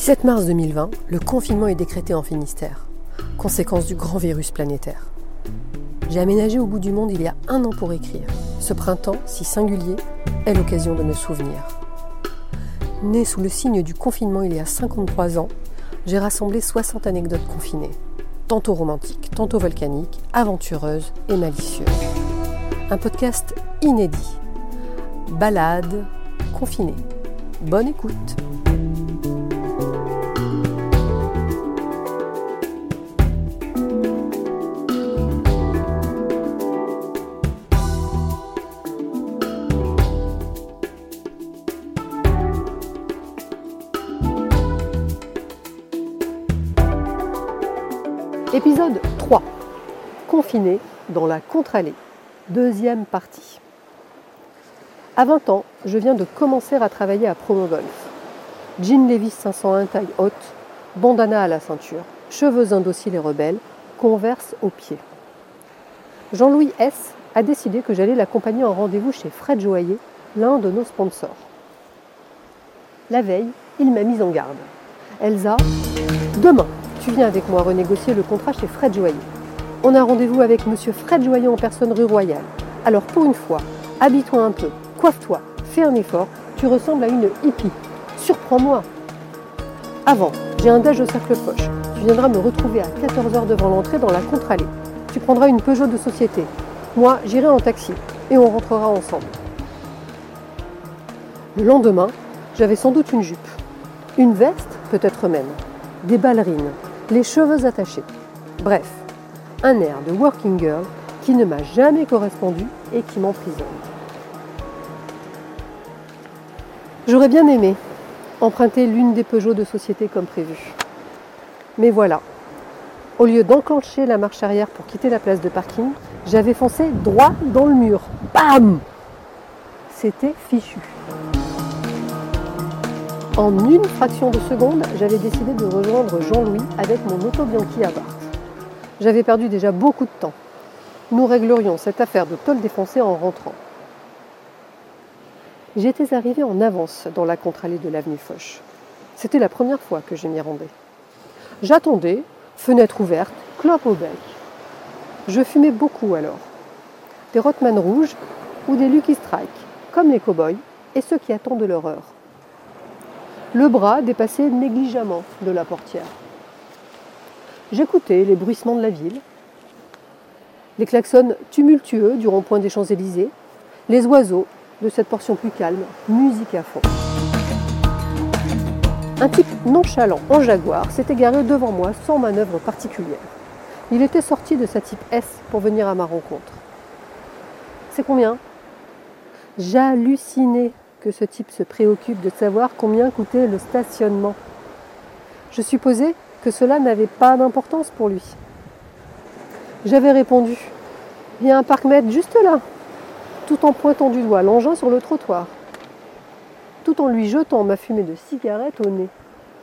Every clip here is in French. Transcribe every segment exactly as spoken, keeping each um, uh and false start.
dix-sept mars deux mille vingt, le confinement est décrété en Finistère, conséquence du grand virus planétaire. J'ai aménagé au bout du monde il y a un an pour écrire. Ce printemps, si singulier, est l'occasion de me souvenir. Né sous le signe du confinement il y a cinquante-trois ans, j'ai rassemblé soixante anecdotes confinées, tantôt romantiques, tantôt volcaniques, aventureuses et malicieuses. Un podcast inédit. Balade confinée. Bonne écoute. Épisode trois. Confiné dans la contre-allée. Deuxième partie. À vingt ans, je viens de commencer à travailler à Promogolf. Jean Levi's cinq cent un taille haute, bandana à la ceinture, cheveux indociles et rebelles, Converse aux pieds. Jean-Louis S. a décidé que j'allais l'accompagner en rendez-vous chez Fred Joaillier, l'un de nos sponsors. La veille, il m'a mise en garde. Elsa, demain, tu viens avec moi renégocier le contrat chez Fred Joaillier. On a rendez-vous avec monsieur Fred Joaillier en personne rue Royale. Alors pour une fois, habille-toi un peu, coiffe-toi, fais un effort, tu ressembles à une hippie. Surprends-moi. Avant, j'ai un déj au cercle poche. Tu viendras me retrouver à quatorze heures devant l'entrée dans la contre-allée. Tu prendras une Peugeot de société. Moi, j'irai en taxi et on rentrera ensemble. Le lendemain, j'avais sans doute une jupe, une veste, peut-être même, des ballerines, les cheveux attachés. Bref, un air de working girl qui ne m'a jamais correspondu et qui m'emprisonne. J'aurais bien aimé emprunter l'une des Peugeot de société comme prévu. Mais voilà, au lieu d'enclencher la marche arrière pour quitter la place de parking, j'avais foncé droit dans le mur. Bam ! C'était fichu. En une fraction de seconde, j'avais décidé de rejoindre Jean-Louis avec mon auto Bianchi Abarth. J'avais perdu déjà beaucoup de temps. Nous réglerions cette affaire de tôle défoncée en rentrant. J'étais arrivée en avance dans la contre-allée de l'avenue Foch. C'était la première fois que je m'y rendais. J'attendais, fenêtre ouverte, clope au bec. Je fumais beaucoup alors. Des Rothman rouges ou des Lucky Strike, comme les cow-boys et ceux qui attendent leur heure. Le bras dépassait négligemment de la portière. J'écoutais les bruissements de la ville, les klaxons tumultueux du rond-point des Champs-Élysées, les oiseaux de cette portion plus calme, musique à fond. Un type nonchalant en Jaguar s'était garé devant moi sans manœuvre particulière. Il était sorti de sa type S pour venir à ma rencontre. C'est combien ? J'hallucinais que ce type se préoccupe de savoir combien coûtait le stationnement. Je supposais que cela n'avait pas d'importance pour lui. J'avais répondu « Il y a un parc-mètre juste là », tout en pointant du doigt l'engin sur le trottoir, tout en lui jetant ma fumée de cigarette au nez.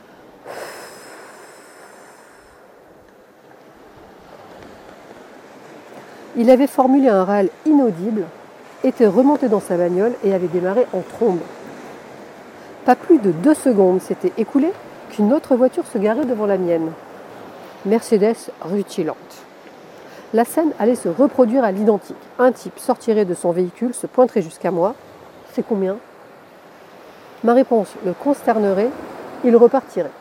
Il avait formulé un râle inaudible, était remonté dans sa bagnole et avait démarré en trombe. Pas plus de deux secondes s'étaient écoulées qu'une autre voiture se garait devant la mienne. Mercedes rutilante. La scène allait se reproduire à l'identique. Un type sortirait de son véhicule, se pointerait jusqu'à moi. C'est combien ? Ma réponse le consternerait, il repartirait.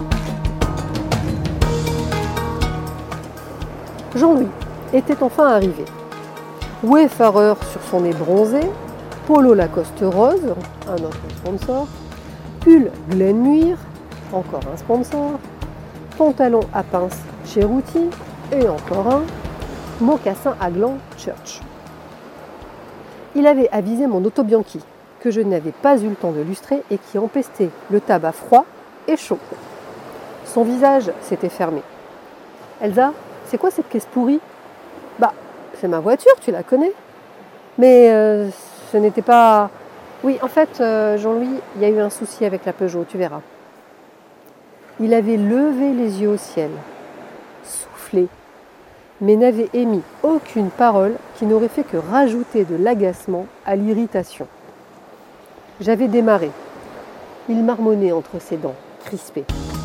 Jean-Louis était enfin arrivé. Wayfarer sur son nez bronzé, polo Lacoste rose, un autre sponsor, pull Glen Muir, encore un sponsor, pantalon à pince chez Routy, et encore un, mocassin à gland Church. Il avait avisé mon auto Bianchi, que je n'avais pas eu le temps de lustrer et qui empestait le tabac froid et chaud. Son visage s'était fermé. « Elsa, c'est quoi cette caisse pourrie ?»« Bah, c'est ma voiture, tu la connais. Mais euh, ce n'était pas... Oui, en fait, euh, Jean-Louis, il y a eu un souci avec la Peugeot, tu verras. » Il avait levé les yeux au ciel, soufflé, mais n'avait émis aucune parole qui n'aurait fait que rajouter de l'agacement à l'irritation. J'avais démarré. Il marmonnait entre ses dents, crispé.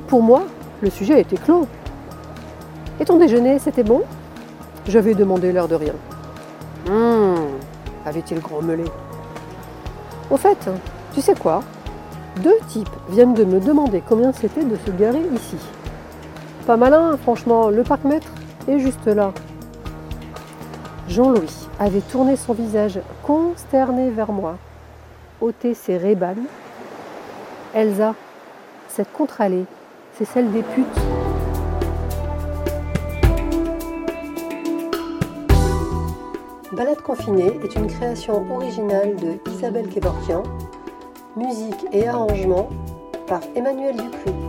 Pour moi, le sujet était clos. Et ton déjeuner, c'était bon ? J'avais demandé l'air de rien. Hum, avait-il grommelé. Au fait, tu sais quoi ? Deux types viennent de me demander combien c'était de se garer ici. Pas malin, franchement, le parc-mètre est juste là. Jean-Louis avait tourné son visage consterné vers moi, ôté ses rébans. Elsa, cette contre-allée, c'est celle des putes. Balade confinée est une création originale de Isabelle Kevorkian, musique et arrangement par Emmanuel Dupuis.